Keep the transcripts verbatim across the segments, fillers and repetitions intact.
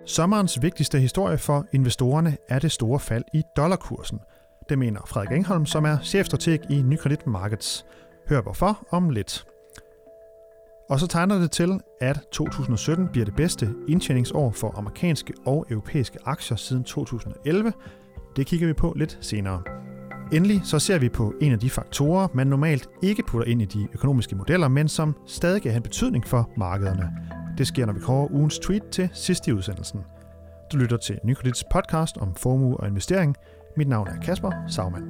Sommerens vigtigste historie for investorerne er det store fald i dollarkursen. Det mener Frederik Engholm, som er chefstrateg i Nykredit Markets. Hør hvorfor om lidt. Og så tegner det til, at to tusind og sytten bliver det bedste indtjeningsår for amerikanske og europæiske aktier siden to tusind og elleve. Det kigger vi på lidt senere. Endelig så ser vi på en af de faktorer, man normalt ikke putter ind i de økonomiske modeller, men som stadig kan have betydning for markederne. Det sker, når vi kårer ugens tweet til sidst i udsendelsen. Du lytter til Nykredits podcast om formue og investering. Mit navn er Kasper Sagmann.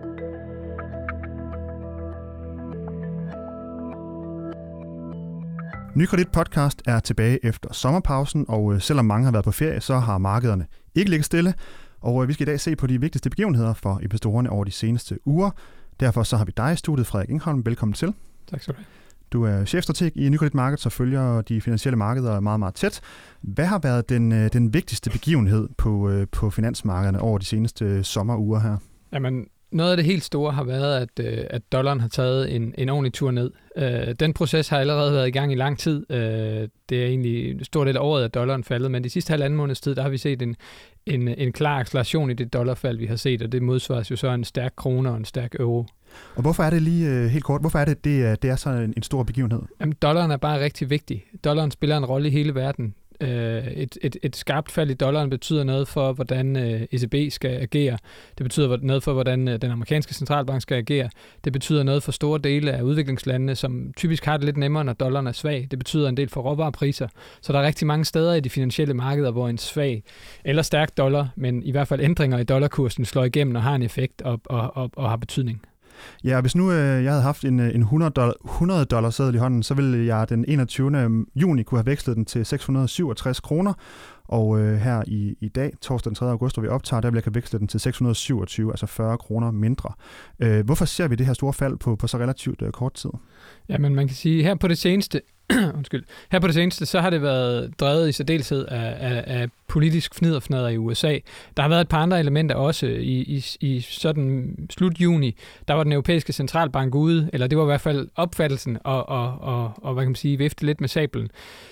Nykredit podcast er tilbage efter sommerpausen, og selvom mange har været på ferie, så har markederne ikke ligget stille. Og vi skal i dag se på de vigtigste begivenheder for investorerne over de seneste uger. Derfor så har vi dig i studiet, Frederik Engholm. Velkommen til. Tak skal du have. Du er chefstrateg i Nykredit Markets og følger de finansielle markeder meget, meget tæt. Hvad har været den, den vigtigste begivenhed på, på finansmarkederne over de seneste sommeruger her? Jamen, noget af det helt store har været, at, at dollaren har taget en, en ordentlig tur ned. Den proces har allerede været i gang i lang tid. Det er egentlig stort lidt året, at dollaren faldet, men de sidste halvanden måneds tid, der har vi set en, en, en klar acceleration i det dollarfald, vi har set, og det modsvares jo så en stærk krone og en stærk euro. Og hvorfor er det lige helt kort, hvorfor er det, det, det er så en, en stor begivenhed? Jamen, dollaren er bare rigtig vigtig. Dollaren spiller en rolle i hele verden. Et, et, et skarpt fald i dollaren betyder noget for, hvordan E C B skal agere. Det betyder noget for, hvordan den amerikanske centralbank skal agere. Det betyder noget for store dele af udviklingslandene, som typisk har det lidt nemmere, når dollaren er svag. Det betyder en del for råvarepriser. Så der er rigtig mange steder i de finansielle markeder, hvor en svag eller stærk dollar, men i hvert fald ændringer i dollarkursen, slår igennem og har en effekt og, og, og, og har betydning. Ja, hvis nu øh, jeg havde haft en, en hundrede dollar seddel i hånden, så ville jeg den enogtyvende juni kunne have vekslet den til seks hundrede og syvogtres kroner. Og øh, her i, i dag, torsdag den tredje august, hvor vi optager, der vil jeg kunne veksle den til seks hundrede og syvogtyve, altså fyrre kroner mindre. Øh, hvorfor ser vi det her store fald på, på så relativt øh, kort tid? Jamen, man kan sige, her på det seneste, undskyld, her på det seneste, så har det været drevet i særdeleshed af, af, af politisk fnidderfnader i U S A. Der har været et par andre elementer også. I, i, i sådan slut juni, der var den europæiske centralbank ude, eller det var i hvert fald opfattelsen, og, og, og, og hvad kan man sige, vifte lidt med sablen.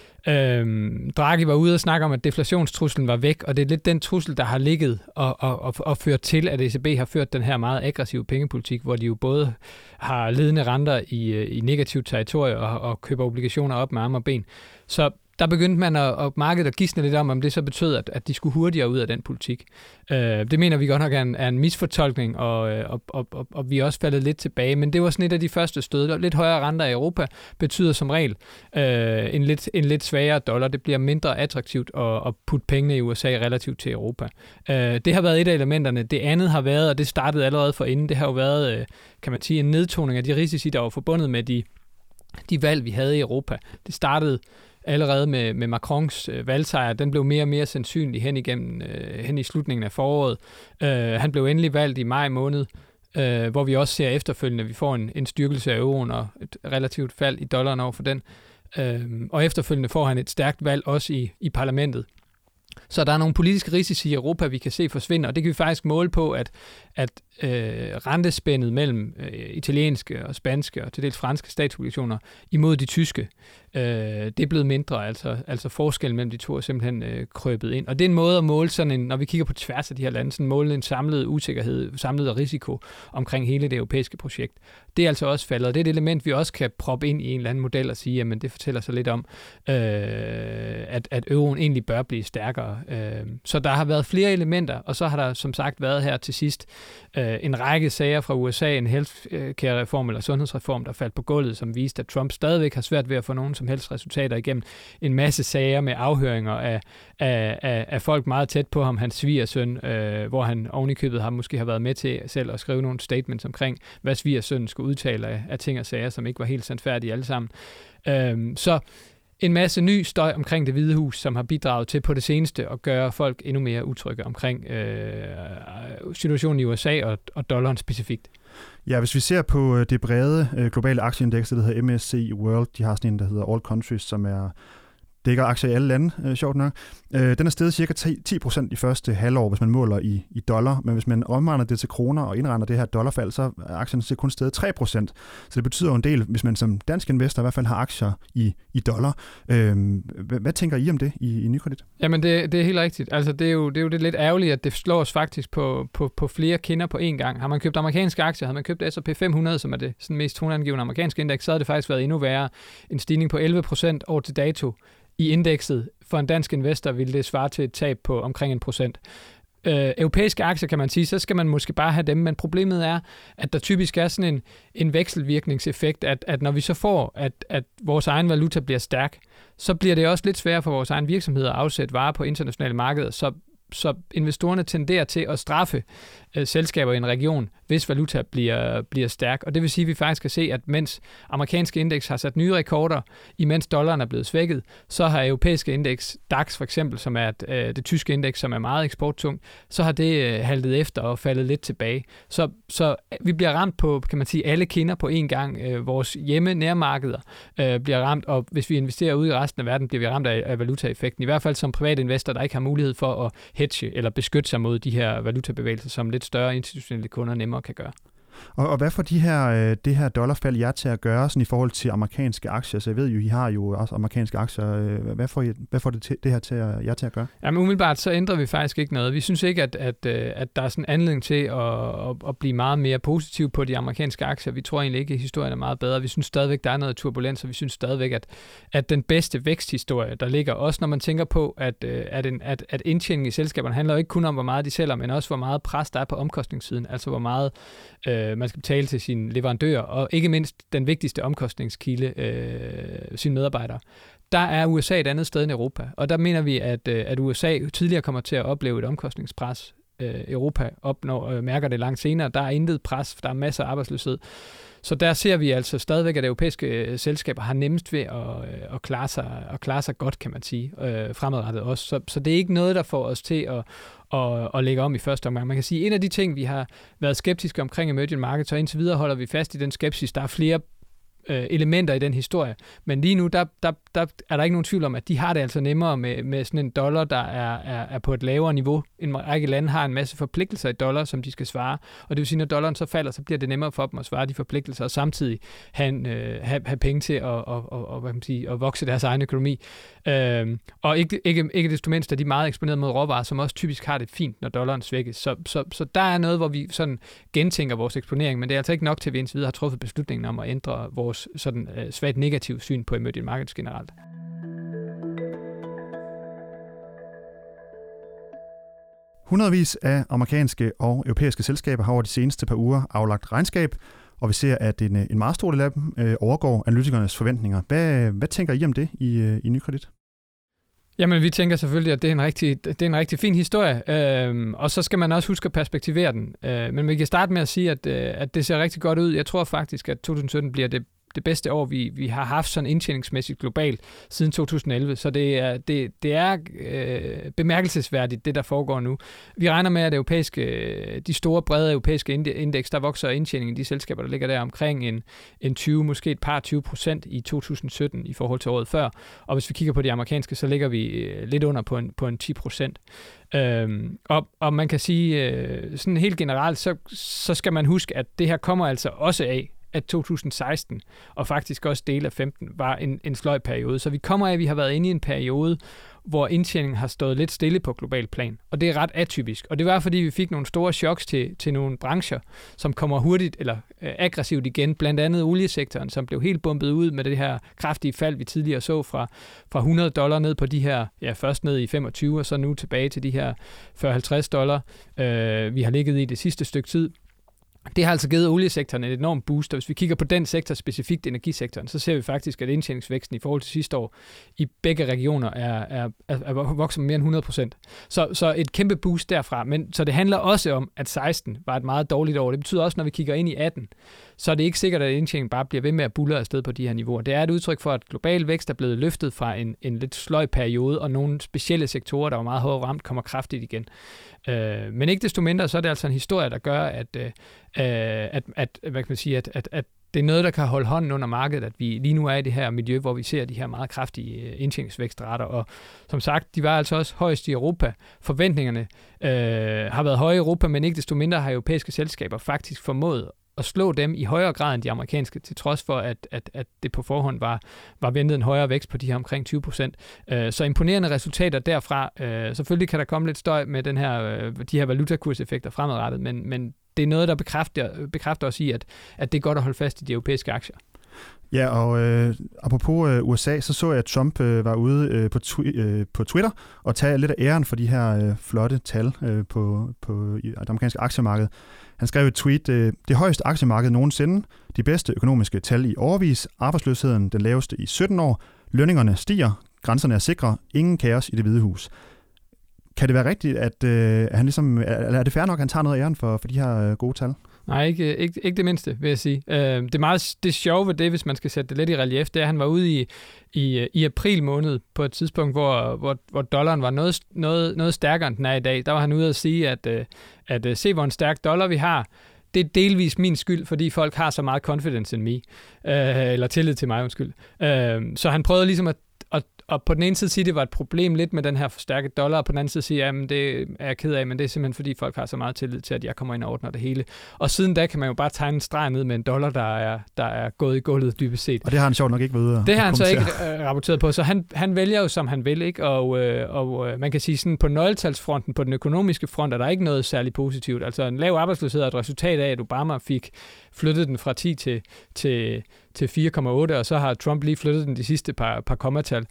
Øhm, Draghi var ude og snakke om, at deflationstruslen var væk, og det er lidt den trussel, der har ligget og, og, og, og ført til, at E C B har ført den her meget aggressive pengepolitik, hvor de jo både har ledende renter i, i negativt territorie og, og køber obligationer op med arme og ben. Så der begyndte man at, at markedet at gisne lidt om, om det så betød, at, at de skulle hurtigere ud af den politik. Øh, det mener vi godt nok er en, er en misfortolkning, og, og, og, og, og vi er også faldet lidt tilbage. Men det var sådan et af de første stød. Lidt højere renter i Europa betyder som regel øh, en, lidt, en lidt svagere dollar. Det bliver mindre attraktivt at, at putte pengene i U S A relativt til Europa. Øh, det har været et af elementerne. Det andet har været, og det startede allerede forinden, det har jo været, øh, kan man sige, en nedtoning af de risici, der var forbundet med de, de valg, vi havde i Europa. Det startede allerede med, med Macrons øh, valgsejr. Den blev mere og mere sandsynlig hen, igennem, øh, hen i slutningen af foråret. Øh, han blev endelig valgt i maj måned, øh, hvor vi også ser efterfølgende, at vi får en, en styrkelse af euroen og et relativt fald i dollaren over for den. Øh, og efterfølgende får han et stærkt valg også i, i parlamentet. Så der er nogle politiske risici i Europa, vi kan se forsvinde, og det kan vi faktisk måle på, at, at øh, rentespændet mellem øh, italienske og spanske og til dels franske statsobligationer imod de tyske, øh, det er blevet mindre, altså, altså forskellen mellem de to er simpelthen øh, krøbet ind. Og det er en måde at måle sådan en, når vi kigger på tværs af de her lande, sådan måle en samlet usikkerhed, samlet risiko omkring hele det europæiske projekt. Det er altså også faldet, og det er et element, vi også kan proppe ind i en eller anden model og sige, jamen det fortæller så lidt om, øh, at, at euroen egentlig bør blive stærkere. Øh, så der har været flere elementer, og så har der som sagt været her til sidst øh, en række sager fra U S A, en healthcare-reform eller sundhedsreform, der faldt på gulvet, som viste, at Trump stadigvæk har svært ved at få nogen som helst resultater igennem. En masse sager med afhøringer af, af, af, af folk meget tæt på ham, hans svigersøn, øh, hvor han ovenikøbet har måske har været med til selv at skrive nogle statements omkring, hvad svigersønnen skulle udtale af, af ting og sager, som ikke var helt sandfærdige alle sammen. Øh, så en masse ny støj omkring Det Hvide Hus, som har bidraget til på det seneste at gøre folk endnu mere utrygge omkring øh, situationen i U S A og, og dollaren specifikt. Ja, hvis vi ser på det brede øh, globale aktieindeks, der hedder M S C I World, de har sådan en, der hedder All Countries, som er dækker aktier i alle lande, øh, sjovt nok. Øh, den er steget cirka ti procent i første halvår, hvis man måler i, i dollar, men hvis man omregner det til kroner og indregner det her dollarfald, så er aktierne kun steget tre procent. Så det betyder jo en del, hvis man som dansk investor i hvert fald har aktier i, i dollar. Øh, hvad, hvad tænker I om det i, i Nykredit? Jamen, det, det er helt rigtigt. Altså, det er jo det, er jo det lidt ærgerligt, at det slår os faktisk på, på, på flere kinder på én gang. Har man købt amerikanske aktier, har man købt S og P fem hundrede, som er det sådan mest toneangivende amerikanske indeks, så har det faktisk været endnu værre. En stigning på elleve procent år til dato i indekset. For en dansk investor ville det svare til et tab på omkring en procent. Øh, europæiske aktier, kan man sige, så skal man måske bare have dem, men problemet er, at der typisk er sådan en, en vekselvirkningseffekt, at, at når vi så får, at, at vores egen valuta bliver stærk, så bliver det også lidt sværere for vores egen virksomhed at afsætte varer på internationale markeder, så Så investorerne tenderer til at straffe øh, selskaber i en region, hvis valuta bliver, bliver stærk. Og det vil sige, at vi faktisk kan se, at mens amerikanske indeks har sat nye rekorder, imens dollaren er blevet svækket, så har europæiske indeks, DAX for eksempel, som er et, øh, det tyske indeks, som er meget eksporttungt, så har det øh, haltet efter og faldet lidt tilbage. Så, så vi bliver ramt på, kan man sige, alle kinder på én gang. Øh, vores hjemme nærmarkeder øh, bliver ramt, og hvis vi investerer ude i resten af verden, bliver vi ramt af, af valutaeffekten. I hvert fald som privat investor, der ikke har mulighed for at hedge eller beskytte sig mod de her valutabevægelser, som lidt større institutionelle kunder nemmere kan gøre. Og, og hvad får de her, det her dollarfald jer til at gøre sådan i forhold til amerikanske aktier? Så jeg ved jo, I har jo også amerikanske aktier. Hvad får, I, hvad får det, til, det her til at, jer til at gøre? Jamen umiddelbart så ændrer vi faktisk ikke noget. Vi synes ikke, at, at, at der er sådan en anledning til at, at, at blive meget mere positiv på de amerikanske aktier. Vi tror egentlig ikke, at historien er meget bedre. Vi synes stadigvæk, der er noget turbulens, og vi synes stadigvæk, at, at den bedste væksthistorie, der ligger, også når man tænker på, at, at, en, at, at indtjening i selskaberne handler jo ikke kun om, hvor meget de sælger, men også hvor meget pres der er på omkostningssiden, altså hvor meget øh, man skal betale til sine leverandører, og ikke mindst den vigtigste omkostningskilde, øh, sine medarbejdere. Der er U S A et andet sted end Europa, og der mener vi, at, at U S A tidligere kommer til at opleve et omkostningspres. Europa opnår, øh, mærker det langt senere. Der er intet pres, der er masser af arbejdsløshed. Så der ser vi altså stadigvæk, at europæiske selskaber har nemmest ved at, at, klare, sig, at klare sig godt, kan man sige, øh, fremadrettet også. Så, så det er ikke noget, der får os til at, at, at lægge om i første omgang. Man kan sige, at en af de ting, vi har været skeptiske omkring emerging markets, og indtil videre holder vi fast i den skepsis. Der er flere elementer i den historie. Men lige nu, der, der, der er der ikke nogen tvivl om, at de har det altså nemmere med, med sådan en dollar, der er, er, er på et lavere niveau. En række lande har en masse forpligtelser i dollar, som de skal svare. Og det vil sige, når dollaren så falder, så bliver det nemmere for dem at svare de forpligtelser, og samtidig have, en, øh, have, have penge til at, og, og, og, hvad kan man sige, at vokse deres egen økonomi. Øhm, og ikke, ikke, ikke desto mindst er de meget eksponeret mod råvarer, som også typisk har det fint, når dollaren svækkes. Så, så, så der er noget, hvor vi sådan gentænker vores eksponering, men det er altså ikke nok til, at vi indtil videre har truffet beslutningen om at ændre vores sådan uh, svagt negativ syn på emerging markets generelt. Hundredvis af amerikanske og europæiske selskaber har over de seneste par uger aflagt regnskab, og vi ser, at en, en meget stor del af dem øh, overgår analytikernes forventninger. Hvad, hvad tænker I om det i, i Nykredit? Jamen, vi tænker selvfølgelig, at det er en rigtig, det er en rigtig fin historie, øhm, og så skal man også huske at perspektivere den. Øh, men vi kan starte med at sige, at, øh, at det ser rigtig godt ud. Jeg tror faktisk, at to tusind sytten bliver det det bedste år, vi, vi har haft sådan indtjeningsmæssigt globalt siden to tusind elleve. Så det er, det, det er øh, bemærkelsesværdigt, det der foregår nu. Vi regner med, at europæiske, de store, brede europæiske indeks, der vokser indtjeningen i de selskaber, der ligger der omkring en, en tyve, måske et par tyve procent i to tusind sytten i forhold til året før. Og hvis vi kigger på de amerikanske, så ligger vi øh, lidt under på en, på en ti procent. Øhm, og, og man kan sige, øh, sådan helt generelt, så, så skal man huske, at det her kommer altså også af, at to tusind seksten og faktisk også del af femten var en, en sløj periode. Så vi kommer af, at vi har været inde i en periode, hvor indtjeningen har stået lidt stille på global plan. Og det er ret atypisk. Og det var, fordi vi fik nogle store choks til, til nogle brancher, som kommer hurtigt eller øh, aggressivt igen. Blandt andet oliesektoren, som blev helt bumpet ud med det her kraftige fald, vi tidligere så fra, fra hundrede dollar ned på de her, ja først ned i femogtyve, og så nu tilbage til de her fyrre til halvtreds dollar, øh, vi har ligget i det sidste stykke tid. Det har altså givet oliesektoren et enormt boost, og hvis vi kigger på den sektor, specifikt energisektoren, så ser vi faktisk, at indtjeningsvæksten i forhold til sidste år i begge regioner er, er, er, er vokset med mere end hundrede procent. Så, så et kæmpe boost derfra. Men så det handler også om, at seksten var et meget dårligt år. Det betyder også, når vi kigger ind i atten, så er det ikke sikkert, at indtjeningen bare bliver ved med at buldre afsted på de her niveauer. Det er et udtryk for, at global vækst er blevet løftet fra en, en lidt sløj periode, og nogle specielle sektorer, der var meget hårdt ramt, kommer kraftigt igen. Øh, men ikke desto mindre, så er det altså en historie, der gør, at, øh, at, at, hvad kan man sige, at, at, at det er noget, der kan holde hånden under markedet, at vi lige nu er i det her miljø, hvor vi ser de her meget kraftige indtjeningsvækstrater. Og som sagt, de var altså også højst i Europa. Forventningerne øh, har været høje i Europa, men ikke desto mindre har europæiske selskaber faktisk formået at slå dem i højere grad end de amerikanske, til trods for, at, at, at det på forhånd var, var ventet en højere vækst på de her omkring tyve procent. Så imponerende resultater derfra. Selvfølgelig kan der komme lidt støj med den her, de her valutakurseffekter fremadrettet, men, men det er noget, der bekræfter, bekræfter os i, at, at det er godt at holde fast i de europæiske aktier. Ja, og øh, apropos øh, U S A, så så jeg, at Trump øh, var ude øh, på, twi- øh, på Twitter og tage lidt af æren for de her øh, flotte tal øh, på, på i det amerikanske aktiemarked. Han skrev et tweet, øh, det højeste aktiemarked nogensinde, de bedste økonomiske tal i årevis, arbejdsløsheden den laveste i sytten år, lønningerne stiger, grænserne er sikre, ingen kaos i Det Hvide Hus. Kan det være rigtigt, at, øh, at han ligesom, er det fair nok, at han tager noget af æren for, for de her øh, gode tal? Nej, ikke, ikke, ikke det mindste, vil jeg sige. Øh, det er meget det sjove ved det, hvis man skal sætte det lidt i relief, det er, at han var ude i, i, i april måned på et tidspunkt, hvor, hvor, hvor dollaren var noget, noget, noget stærkere, end den er i dag. Der var han ude at sige, at, at, at se, hvor en stærk dollar vi har. Det er delvis min skyld, fordi folk har så meget confidence in me, øh, eller tillid til mig, undskyld. Øh, så han prøvede ligesom at Og, og på den ene side sige, at det var et problem lidt med den her forstærkede dollar, og på den anden side sige, at det er jeg ked af, men det er simpelthen fordi folk har så meget tillid til, at jeg kommer ind og ordner det hele. Og siden da kan man jo bare tegne en streg ned med en dollar, der er, der er gået i gulvet dybest set. Og det har han sjovt nok ikke ved at Det har han så ikke uh, rapporteret på, så han, han vælger jo, som han vil, ikke? Og, uh, og uh, man kan sige sådan, på nøgletalsfronten, på den økonomiske front, er der ikke noget særligt positivt. Altså en lav arbejdsløshed er et resultat af, at Obama fik flyttet den fra ti til, til, til fire komma otte, og så har Trump lige flyttet den de sidste par, par kommatal.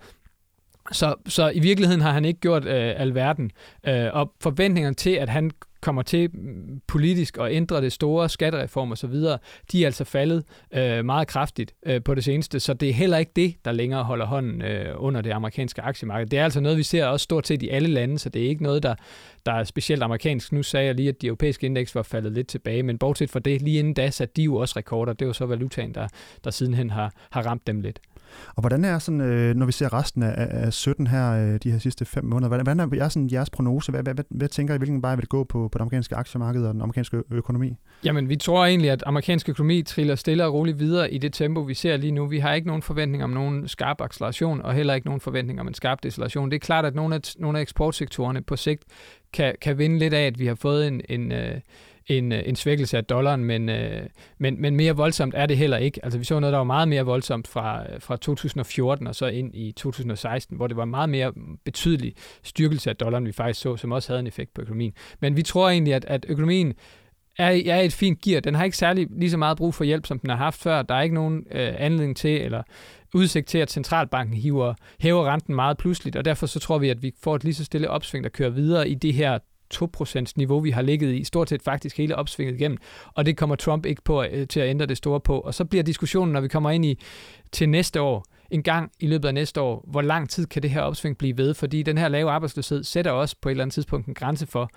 Så, så i virkeligheden har han ikke gjort øh, alverden. Øh, og forventningerne til, at han kommer til politisk at ændre det store skattereform og så videre, de er altså faldet øh, meget kraftigt øh, på det seneste, så det er heller ikke det, der længere holder hånden øh, under det amerikanske aktiemarked. Det er altså noget, vi ser også stort set i alle lande, så det er ikke noget, der, der er specielt amerikansk. Nu sagde jeg lige, at de europæiske indeks var faldet lidt tilbage, men bortset fra det, lige inden da satte de jo også rekorder. Det er jo så valutaen, der, der sidenhen har, har ramt dem lidt. Og hvordan er sådan, øh, når vi ser resten af, af sytten her, øh, de her sidste fem måneder, hvordan er, er sådan jeres prognose? Hvad, hvad, hvad, hvad tænker I, hvilken vej vil det gå på, på det amerikanske aktiemarked og den amerikanske økonomi? Jamen, vi tror egentlig, at amerikansk økonomi triller stille og roligt videre i det tempo, vi ser lige nu. Vi har ikke nogen forventning om nogen skarp acceleration, og heller ikke nogen forventning om en skarp deceleration. Det er klart, at nogle af, nogle af eksportsektorerne på sigt kan, kan vinde lidt af, at vi har fået en... en øh, En, en svækkelse af dollaren, men, men, men mere voldsomt er det heller ikke. Altså vi så noget, der var meget mere voldsomt fra, fra to tusind og fjorten og så ind i to tusind og seksten, hvor det var meget mere betydelig styrkelse af dollaren, vi faktisk så, som også havde en effekt på økonomien. Men vi tror egentlig, at, at økonomien er, er et fint gear. Den har ikke særlig lige så meget brug for hjælp, som den har haft før. Der er ikke nogen øh, anledning til, eller udsigt til, at centralbanken hiver, hæver renten meget pludseligt, og derfor så tror vi, at vi får et lige så stille opsving, der kører videre i det her to procent niveau, vi har ligget i, stort set faktisk hele opsvinget igennem, og det kommer Trump ikke på, øh, til at ændre det store på. Og så bliver diskussionen, når vi kommer ind i til næste år, en gang i løbet af næste år, hvor lang tid kan det her opsving blive ved, fordi den her lave arbejdsløshed sætter også på et eller andet tidspunkt en grænse for,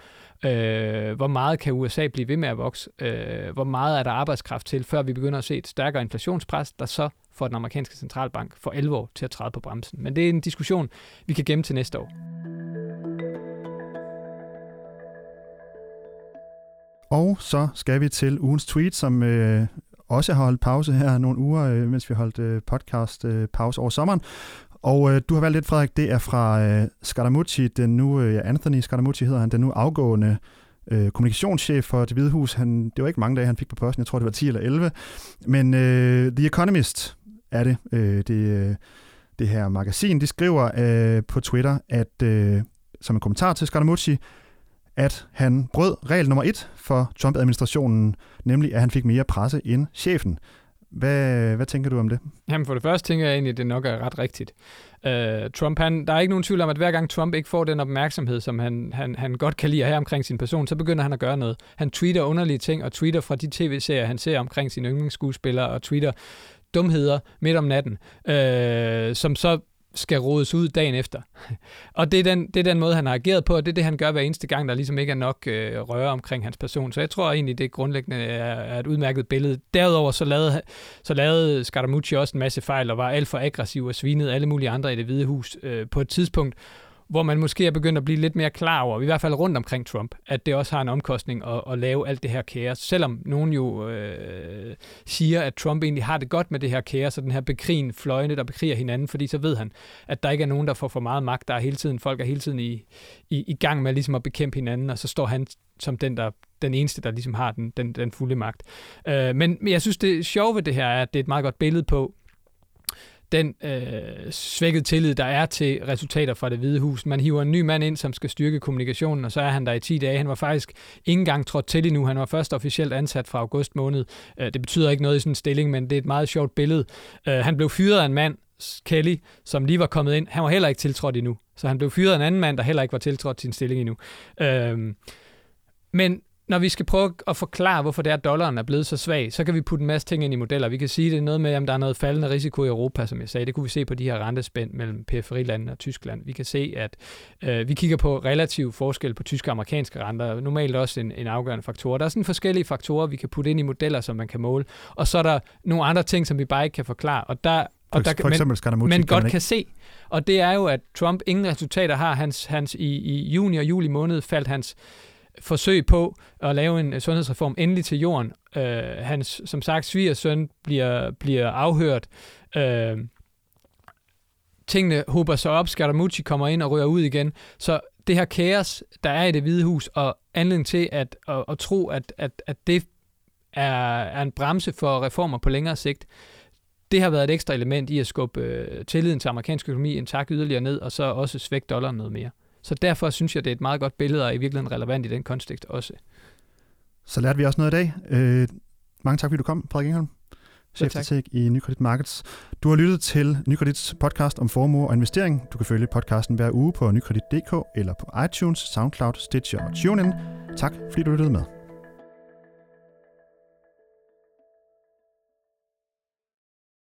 øh, hvor meget kan U S A blive ved med at vokse, øh, hvor meget er der arbejdskraft til, før vi begynder at se et stærkere inflationspres, der så får den amerikanske centralbank for alvor til at træde på bremsen. Men det er en diskussion, vi kan gemme til næste år. Og så skal vi til ugens tweet, som øh, også har holdt pause her nogle uger, øh, mens vi har holdt øh, podcast øh, pause over sommeren. Og øh, du har valgt lidt, Frederik, det er fra øh, Scaramucci, den nu, øh, Anthony Scaramucci hedder han, den nu afgående øh, kommunikationschef for Det Hvide Hus. Han, det var ikke mange dage, han fik på posten, jeg tror det var ti eller elleve. Men øh, The Economist er det, øh, det, øh, det her magasin, de skriver øh, på Twitter, at øh, som en kommentar til Scaramucci, at han brød regel nummer et for Trump-administrationen, nemlig at han fik mere presse end chefen. Hvad, hvad tænker du om det? Jamen for det første tænker jeg egentlig, at det nok er ret rigtigt. Uh, Trump, han, der er ikke nogen tvivl om, at hver gang Trump ikke får den opmærksomhed, som han, han, han godt kan lide at have omkring sin person, så begynder han at gøre noget. Han tweeter underlige ting, og tweeter fra de tv-serier, han ser omkring sine yndlingsskuespillere, og tweeter dumheder midt om natten, uh, som så skal rodes ud dagen efter. Og det er, den, det er den måde, han har ageret på, og det er det, han gør hver eneste gang, der ligesom ikke er nok øh, røre omkring hans person. Så jeg tror egentlig, det grundlæggende er, er et udmærket billede. Derudover så lavede, så lavede Scaramucci også en masse fejl, og var alt for aggressiv og svinede alle mulige andre i Det Hvide Hus øh, på et tidspunkt, hvor man måske er begyndt at blive lidt mere klar over, i hvert fald rundt omkring Trump, at det også har en omkostning at, at lave alt det her kaos. Selvom nogen jo øh, siger, at Trump egentlig har det godt med det her kaos, og den her bekrigen fløjene, der bekriger hinanden, fordi så ved han, at der ikke er nogen, der får for meget magt. Der er hele tiden, folk er hele tiden i, i, i gang med ligesom at bekæmpe hinanden, og så står han som den, der, den eneste, der ligesom har den, den, den fulde magt. Øh, men jeg synes, det sjove ved det her er, at det er et meget godt billede på den øh, svækkede tillid, der er til resultater fra Det Hvide Hus. Man hiver en ny mand ind, som skal styrke kommunikationen, og så er han der i ti dage. Han var faktisk ikke engang trådt til endnu. Han var først officielt ansat fra august måned. Øh, det betyder ikke noget i sådan en stilling, men det er et meget sjovt billede. Øh, han blev fyret af en mand, Kelly, som lige var kommet ind. Han var heller ikke tiltrådt endnu. Så han blev fyret af en anden mand, der heller ikke var tiltrådt til sin stilling endnu. Øh, men når vi skal prøve at forklare, hvorfor det er, at dollaren er blevet så svag, så kan vi putte en masse ting ind i modeller. Vi kan sige, det er noget med, om der er noget faldende risiko i Europa, som jeg sagde. Det kunne vi se på de her rentespænd mellem periferilandene og Tyskland. Vi kan se, at øh, vi kigger på relativ forskel på tyske og amerikanske renter. Normalt også en, en afgørende faktor. Der er sådan forskellige faktorer, vi kan putte ind i modeller, som man kan måle. Og så er der nogle andre ting, som vi bare ikke kan forklare. Og der Og der, for eksempel skal der men, men godt kan se. Og det er jo, at Trump ingen resultater har. Hans, hans i, i juni og juli måned faldt hans forsøg på at lave en sundhedsreform endelig til jorden. Øh, hans, som sagt, svigersøn bliver, bliver afhørt. Øh, tingene hober sig op. Scaramucci kommer ind og rører ud igen. Så det her kaos, der er i Det Hvide Hus, og anledning til at, at, at tro, at, at, at det er, er en bremse for reformer på længere sigt, det har været et ekstra element i at skubbe øh, tilliden til amerikansk økonomi en tak yderligere ned, og så også svække dollaren noget mere. Så derfor synes jeg, det er et meget godt billede, og i virkeligheden relevant i den kontekst også. Så lærte vi også noget i dag. Øh, mange tak, fordi du kom, Frederik Engholm, chefstrateg i Nykredit Markets. Du har lyttet til Nykredits podcast om formue og investering. Du kan følge podcasten hver uge på nykredit punktum d k eller på iTunes, SoundCloud, Stitcher og TuneIn. Tak, fordi du lyttede med.